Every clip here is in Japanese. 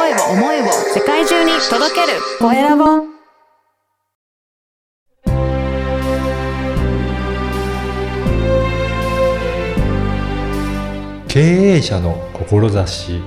声を世界中に届けるコエラボ。 経営者の志。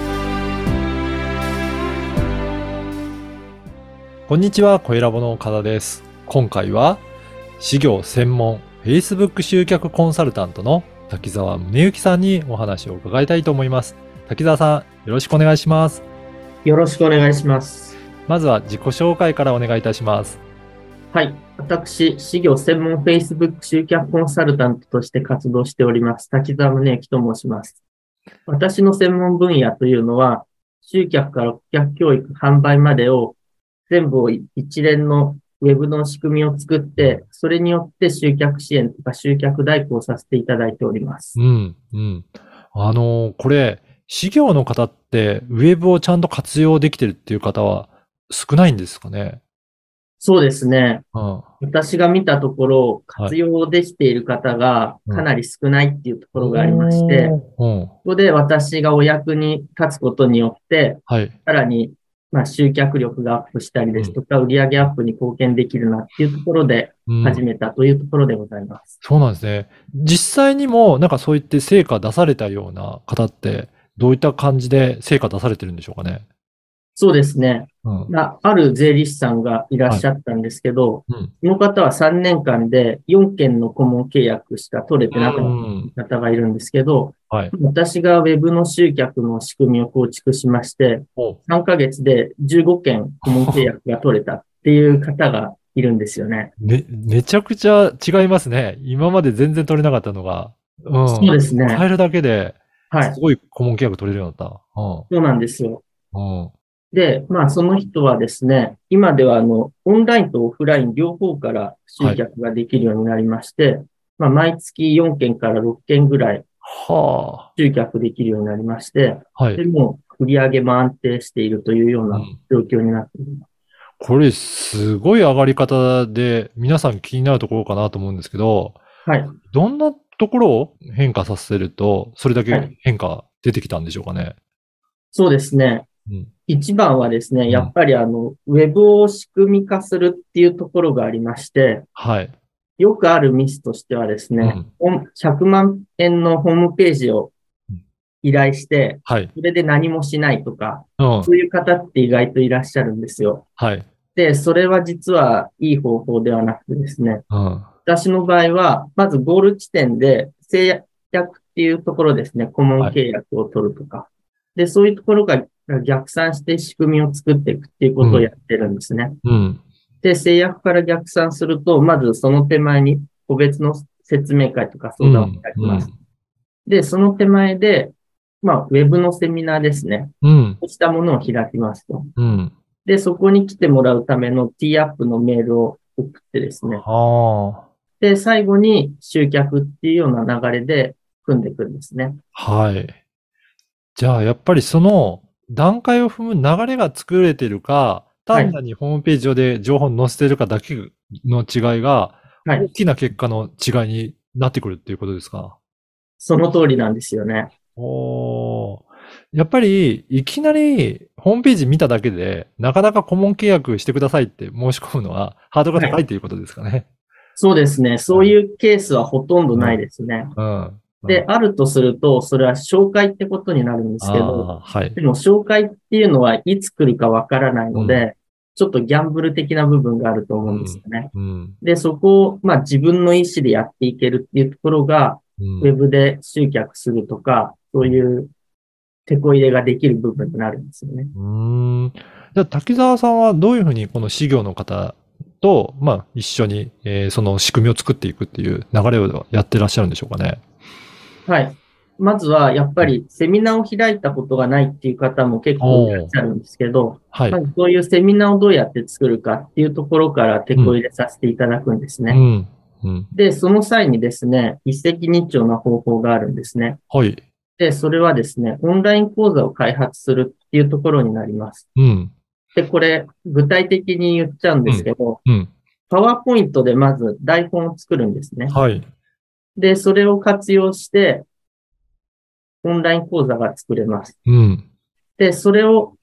こんにちは、コエラボの岡田です。今回は事業専門 Facebook 集客コンサルタントの滝沢宗之さんにお話を伺いたいと思います。滝沢さん、よろしくお願いします。 よろしくお願いします。 まずは自己紹介からお願いいたします。 はい。私、事業専門 Facebook 集客コンサルタントとして活動しております。滝沢宗之と申します。私の専門分野というのは、集客から顧客教育、販売までを全部を一連のウェブの仕組みを作って、それによって集客支援とか集客代行させていただいております。 これ、事業の方ってウェブをちゃんと活用できてるっていう方は少ないんですかね。 そうですね。私が見たところ、活用できている方がかなり少ないっていうところがありまして、ここで私がお役に立つことによって、さらに集客力がアップしたりですとか、売上アップに貢献できるなっていうところで始めたというところでございます。 そうなんですね。実際にもなんかそういって成果出されたような方ってどういった感じで成果出されてるんでしょうかね。 そうですね。ある税理士さんがいらっしゃったんですけど、その方は3年間で4件の顧問契約しか取れてなかった方がいるんですけど、私がウェブの集客の仕組みを構築しまして、3ヶ月で15件顧問契約が取れたっていう方がいるんですよね。 めちゃくちゃ違いますね。今まで全然取れなかったのが。 そうですね。 変えるだけで、すごい顧問契約取れるようになった。 そうなんですよ。で、その人はですね、今ではオンラインとオフライン両方から集客ができるようになりまして、毎月4件から6件ぐらい集客できるようになりまして、でも売上も安定しているというような状況になっています。 これすごい上がり方で皆さん気になるところかなと思うんですけど、どんなところを変化させると、それだけ変化出てきたんでしょうかね。 そうですね。一番はですね、やっぱりウェブを仕組み化するっていうところがありまして、よくあるミスとしてはですね、100万円のホームページを依頼して、それで何もしないとか、そういう方って意外といらっしゃるんですよ。で、それは実はいい方法ではなくてですね、私の場合は、まずゴール地点で制約っていうところですね、顧問契約を取るとか、で、そういうところが逆算して仕組みを作っていくっていうことをやってるんですね。で、制約から逆算すると、まずその手前に個別の説明会とか相談を開きます。で、その手前で、ウェブのセミナーですね。そうしたものを開きますと。で、そこに来てもらうためのティーアップのメールを送ってですね。で、最後に集客っていうような流れで組んでいくんですね。 じゃあ、やっぱりその段階を踏む流れが作れてるか、単なるホームページ上で情報を載せてるかだけの違いが、大きな結果の違いになってくるっていうことですか？ その通りなんですよね。 やっぱり、いきなりホームページ見ただけで、なかなか顧問契約してくださいって申し込むのは、ハードルが高いっていうことですかね。 そうですね。そういうケースはほとんどないですね。で、あるとすると、それは紹介ってことになるんですけど、でも紹介っていうのはいつ来るかわからないので、ちょっとギャンブル的な部分があると思うんですよね。で、そこを、自分の意思でやっていけるっていうところが、ウェブで集客するとか、そういう手こ入れができる部分になるんですよね。 じゃあ、滝沢さんはどういうふうにこの事業の方と、一緒に、その仕組みを作っていくっていう流れをやってらっしゃるんでしょうかね。 まずは、やっぱりセミナーを開いたことがないっていう方も結構いらっしゃるんですけど、まずそういうセミナーをどうやって作るかっていうところから手こ入れさせていただくんですね。で、その際にですね、一石二鳥な方法があるんですね。で、それはですね、オンライン講座を開発するっていうところになります。で、これ、具体的に言っちゃうんですけど、パワーポイントでまず台本を作るんですね。で、それを活用して、オンライン講座が作れます。で、それを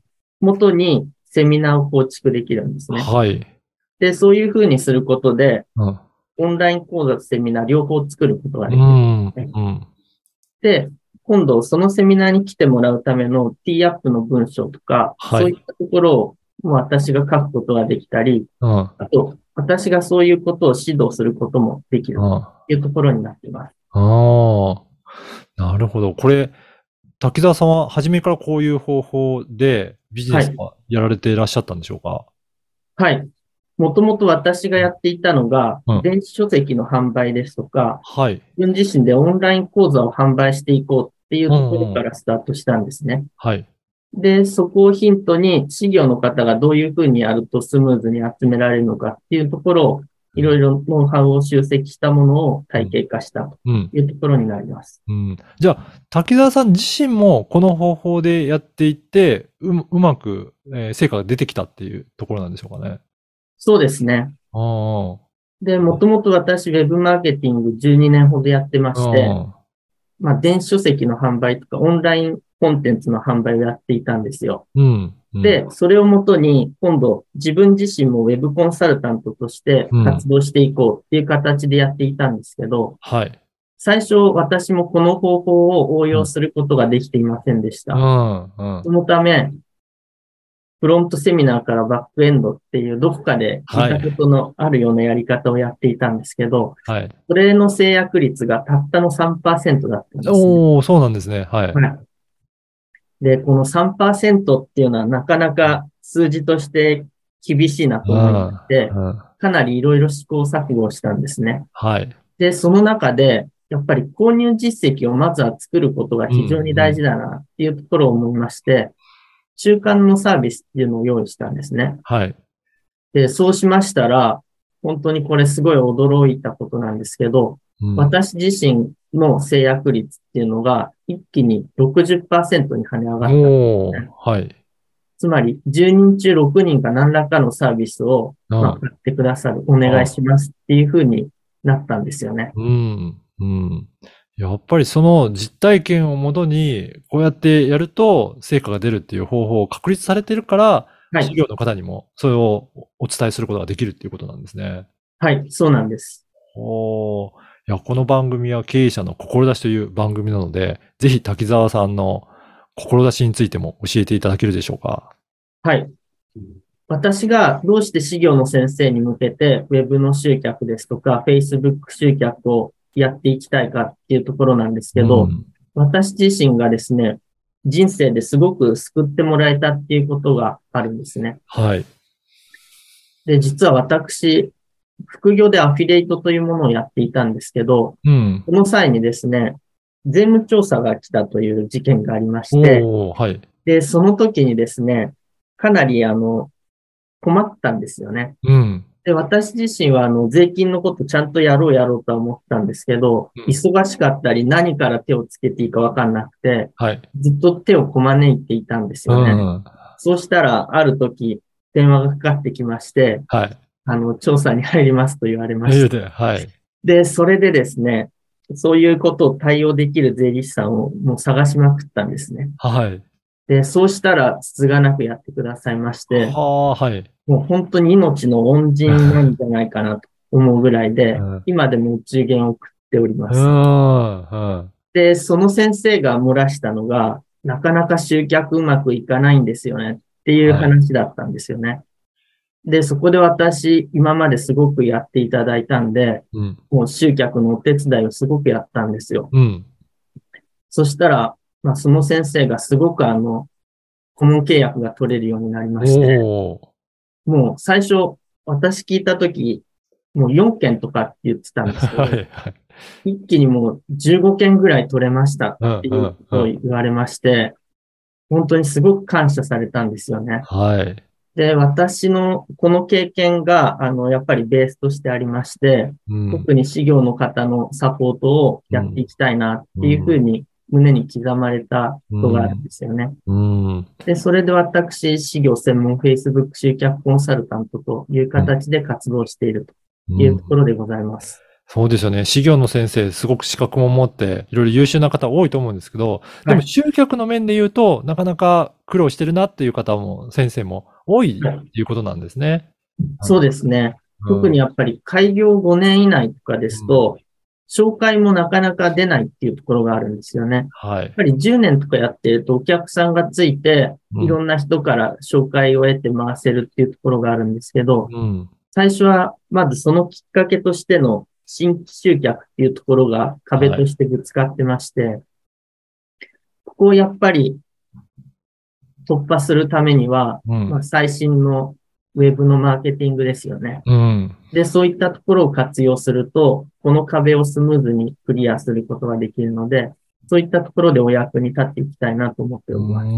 元にセミナーを構築できるんですね。 はい。 で、そういうふうにすることで、 うん。 オンライン講座とセミナー両方作ることができる、ね。 うん。 で、今度そのセミナーに来てもらうための T アップの文章とか、 はい。 そういったところをもう私が書くことができたり、あと、私がそういうことを指導することもできるというところになっています。 ああ、なるほど。これ、滝沢さんは初めからこういう方法でビジネスはやられていらっしゃったんでしょうか？ はい。もともと私がやっていたのが、電子書籍の販売ですとか、 はい。 自分自身でオンライン講座を販売していこうっていうところからスタートしたんですね。 はい。 で、そこをヒントに、事業の方がどういうふうにやるとスムーズに集められるのかっていうところを、いろいろノウハウを集積したものを体系化したというところになります。 じゃあ、滝沢さん自身もこの方法でやっていって、うまく、成果が出てきたっていうところなんでしょうかね。 そうですね。で、もともと私、ウェブマーケティング12年ほどやってまして、電子書籍の販売とか、オンラインコンテンツの販売をやっていたんですよ。で、それをもとに、今度、自分自身もウェブコンサルタントとして活動していこうっていう形でやっていたんですけど、最初、私もこの方法を応用することができていませんでした。そのため、フロントセミナーからバックエンドっていうどこかで聞いたことのあるようなやり方をやっていたんですけど、それの制約率がたったの 3% だったんですね。 そうなんですね。はい。 で、この 3% っていうのはなかなか数字として厳しいなと思いまして、かなりいろいろ試行錯誤したんですね。で、その中で、やっぱり購入実績をまずは作ることが非常に大事だなっていうところを思いまして、中間のサービスっていうのを用意したんですね。で、そうしましたら、本当にこれすごい驚いたことなんですけど、私自身の制約率っていうのが一気に 60% に跳ね上がったんですね。つまり、10人中6人が何らかのサービスを買ってくださる、お願いしますっていうふうになったんですよね。 やっぱりその実体験をもとに、こうやってやると成果が出るっていう方法を確立されてるから、企業の方にもそれをお伝えすることができるっていうことなんですね。 はい、そうなんです。 いや、この番組は経営者の志という番組なので、ぜひ滝沢さんの志についても教えていただけるでしょうか。 はい。私がどうして事業の先生に向けて Web の集客ですとか Facebook 集客をやっていきたいかっていうところなんですけど、私自身がですね、人生ですごく救ってもらえたっていうことがあるんですね。で、実は私、副業でアフィリエイトというものをやっていたんですけど、この際にですね、税務調査が来たという事件がありまして、で、その時にですね、かなり困ったんですよね。で、私自身は税金のことちゃんとやろうとは思ったんですけど、忙しかったり何から手をつけていいかわかんなくて、ずっと手をこまねいていたんですよね。そうしたら、ある時、電話がかかってきまして、調査に入りますと言われました。で、それでですね、そういうことを対応できる税理士さんをもう探しまくったんですね。で、そうしたら、つつがなくやってくださいまして、もう本当に命の恩人なんじゃないかなと思うぐらいで、今でもお中元を送っております。で、その先生が漏らしたのが、なかなか集客うまくいかないんですよねっていう話だったんですよね。で、そこで私、今まですごくやっていただいたんで、もう集客のお手伝いをすごくやったんですよ。そしたら、その先生がすごく顧問契約が取れるようになりまして、もう最初、私聞いたとき、もう4件とかって言ってたんですけど、一気にもう15件ぐらい取れましたっていうことを言われまして、本当にすごく感謝されたんですよね。で、私のこの経験が、やっぱりベースとしてありまして、特に事業の方のサポートをやっていきたいなっていうふうに胸に刻まれたことがあるんですよね。で、それで私、事業専門 Facebook 集客コンサルタントという形で活動しているというところでございます。 そうですよね。事業の先生、すごく資格も持って、いろいろ優秀な方多いと思うんですけど、でも集客の面で言うと、なかなか苦労してるなっていう方も、先生も多いっていうことなんですね。 そうですね。特にやっぱり開業5年以内とかですと、紹介もなかなか出ないっていうところがあるんですよね。やっぱり10年とかやってるとお客さんがついて、いろんな人から紹介を得て回せるっていうところがあるんですけど、最初はまずそのきっかけとしての新規集客っていうところが壁としてぶつかってまして、ここをやっぱり突破するためには、最新のウェブのマーケティングですよね。で、そういったところを活用すると、この壁をスムーズにクリアすることができるので、そういったところでお役に立っていきたいなと思っております。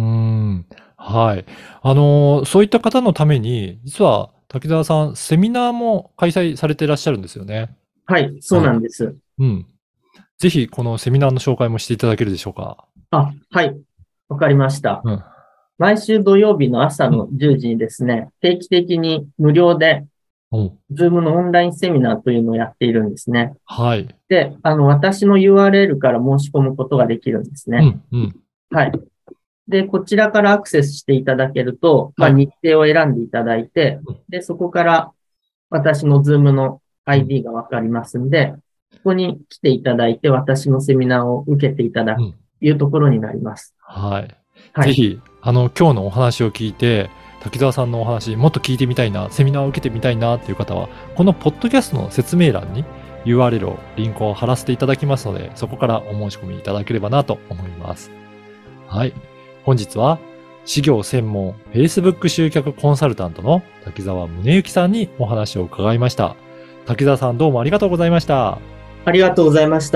はい。そういった方のために、実は滝沢さん、セミナーも開催されていらっしゃるんですよね。 はい、そうなんです。 ぜひ、このセミナーの紹介もしていただけるでしょうか。 はい。わかりました。毎週土曜日の朝の10時にですね、定期的に無料で、ズームのオンラインセミナーというのをやっているんですね。 はい。 で、私の URL から申し込むことができるんですね。はい。で、こちらからアクセスしていただけると、日程を選んでいただいて、で、そこから私のズームの ID がわかりますんで、ここに来ていただいて、私のセミナーを受けていただくというところになります。 はい。ぜひ、今日のお話を聞いて、滝沢さんのお話、もっと聞いてみたいな、セミナーを受けてみたいなっていう方は、このポッドキャストの説明欄に URL を、リンクを貼らせていただきますので、そこからお申し込みいただければなと思います。はい。本日は、事業専門 Facebook 集客コンサルタントの滝沢宗之さんにお話を伺いました。滝沢さん、どうもありがとうございました。 ありがとうございました。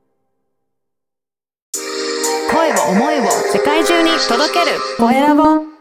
声を思いを世界中に届けるコエラボ。